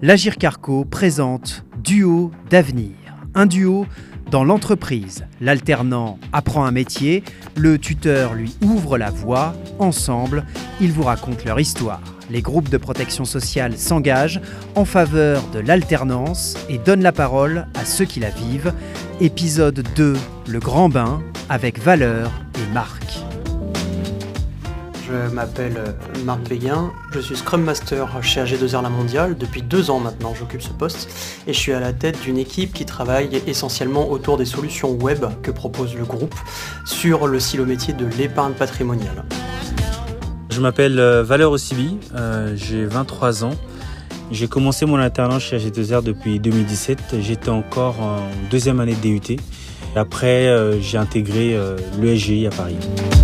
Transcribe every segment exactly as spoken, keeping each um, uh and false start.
l'Agir Carco présente Duo d'avenir. Un duo dans l'entreprise. L'alternant apprend un métier, le tuteur lui ouvre la voie. Ensemble, ils vous racontent leur histoire. Les groupes de protection sociale s'engagent en faveur de l'alternance et donnent la parole à ceux qui la vivent. Épisode deux, le grand bain, avec Valeur et Marc. Je m'appelle Marc Béguin, je suis Scrum Master chez A G deux R La Mondiale. Depuis deux ans maintenant, j'occupe ce poste et je suis à la tête d'une équipe qui travaille essentiellement autour des solutions web que propose le groupe sur le silo métier de l'épargne patrimoniale. Je m'appelle Valeur Osibi, euh, j'ai vingt-trois ans. J'ai commencé mon alternance chez A G deux R depuis deux mille dix-sept. J'étais encore en deuxième année de D U T. Après, euh, j'ai intégré euh, l'E S G I à Paris.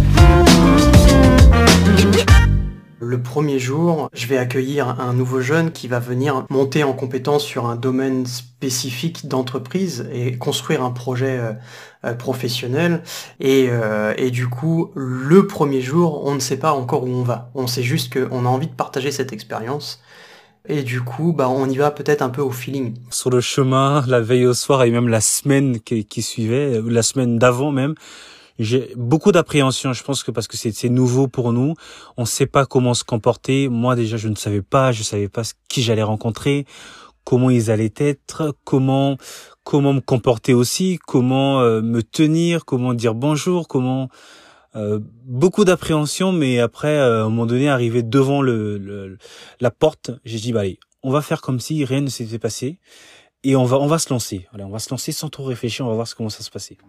Le premier jour, je vais accueillir un nouveau jeune qui va venir monter en compétence sur un domaine spécifique d'entreprise et construire un projet euh, professionnel. Et, euh, et du coup, le premier jour, on ne sait pas encore où on va. On sait juste qu'on a envie de partager cette expérience. Et du coup, bah, on y va peut-être un peu au feeling. Sur le chemin, la veille au soir et même la semaine qui, qui suivait, la semaine d'avant même, j'ai beaucoup d'appréhension, je pense que parce que c'est, c'est nouveau pour nous, on ne sait pas comment se comporter. Moi déjà, je ne savais pas, je savais pas qui j'allais rencontrer, comment ils allaient être, comment comment me comporter aussi, comment euh, me tenir, comment dire bonjour, comment euh, beaucoup d'appréhension. Mais après, euh, à un moment donné, arrivé devant le, le la porte, j'ai dit bah allez, on va faire comme si rien ne s'était passé et on va on va se lancer. Allez, on va se lancer sans trop réfléchir, on va voir comment ça se passait.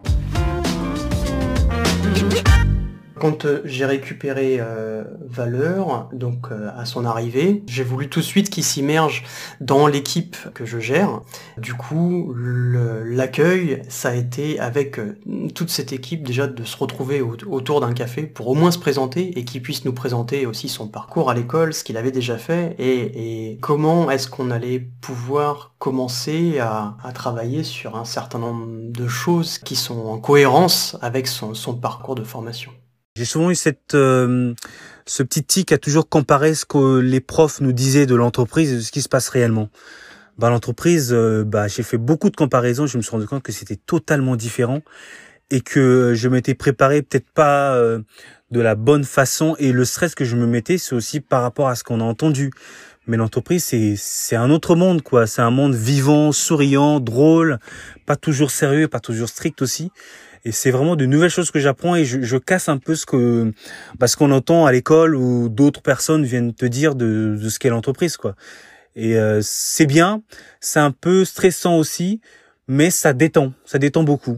Quand euh, j'ai récupéré euh, Valeur, donc euh, à son arrivée, j'ai voulu tout de suite qu'il s'immerge dans l'équipe que je gère. Du coup, le, l'accueil, ça a été avec euh, toute cette équipe déjà de se retrouver au, autour d'un café pour au moins se présenter et qu'il puisse nous présenter aussi son parcours à l'école, ce qu'il avait déjà fait et, et comment est-ce qu'on allait pouvoir commencer à, à travailler sur un certain nombre de choses qui sont en cohérence avec son, son parcours de formation. J'ai souvent eu cette, euh, ce petit tic à toujours comparer ce que les profs nous disaient de l'entreprise et de ce qui se passe réellement. Bah, l'entreprise, euh, bah, j'ai fait beaucoup de comparaisons, je me suis rendu compte que c'était totalement différent et que je m'étais préparé peut-être pas euh, de la bonne façon et le stress que je me mettais, c'est aussi par rapport à ce qu'on a entendu. Mais l'entreprise, c'est, c'est un autre monde, quoi. C'est un monde vivant, souriant, drôle, pas toujours sérieux, pas toujours strict aussi. Et c'est vraiment de nouvelles choses que j'apprends et je, je casse un peu ce que, bah, ce qu'on entend à l'école ou d'autres personnes viennent te dire de, de ce qu'est l'entreprise, quoi. Et euh, c'est bien, c'est un peu stressant aussi, mais ça détend, ça détend beaucoup.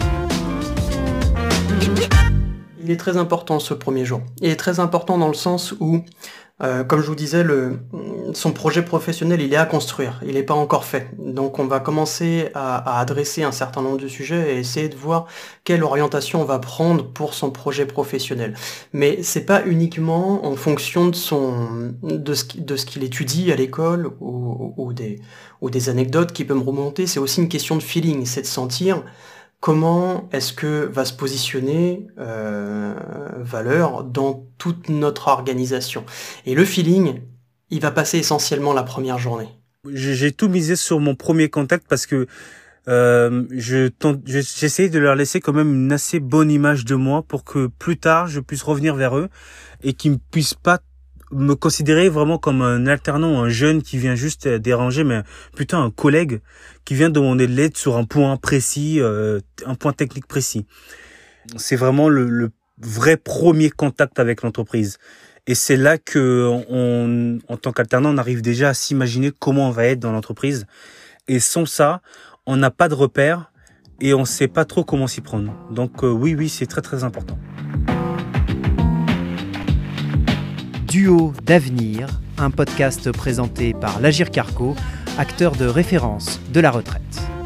Il est très important ce premier jour. Il est très important dans le sens où, euh, comme je vous disais, le, son projet professionnel, il est à construire. Il n'est pas encore fait. Donc on va commencer à, à adresser un certain nombre de sujets et essayer de voir quelle orientation on va prendre pour son projet professionnel. Mais c'est pas uniquement en fonction de son, de ce, de ce qu'il étudie à l'école ou, ou des, ou des anecdotes qui peuvent me remonter. C'est aussi une question de feeling. C'est de sentir comment est-ce que va se positionner euh, Valeur dans toute notre organisation. Et le feeling, il va passer essentiellement la première journée. J'ai tout misé sur mon premier contact parce que euh, je tente, j'essayais de leur laisser quand même une assez bonne image de moi pour que plus tard je puisse revenir vers eux et qu'ils ne puissent pas me considérer vraiment comme un alternant, un jeune qui vient juste déranger, mais plutôt un collègue qui vient demander de l'aide sur un point précis, euh, un point technique précis. C'est vraiment le, le vrai premier contact avec l'entreprise. Et c'est là que, on, en tant qu'alternant, on arrive déjà à s'imaginer comment on va être dans l'entreprise. Et sans ça, on n'a pas de repère et on ne sait pas trop comment s'y prendre. Donc euh, oui, oui, c'est très très important. Duo d'avenir, un podcast présenté par l'Agir Carco, acteur de référence de la retraite.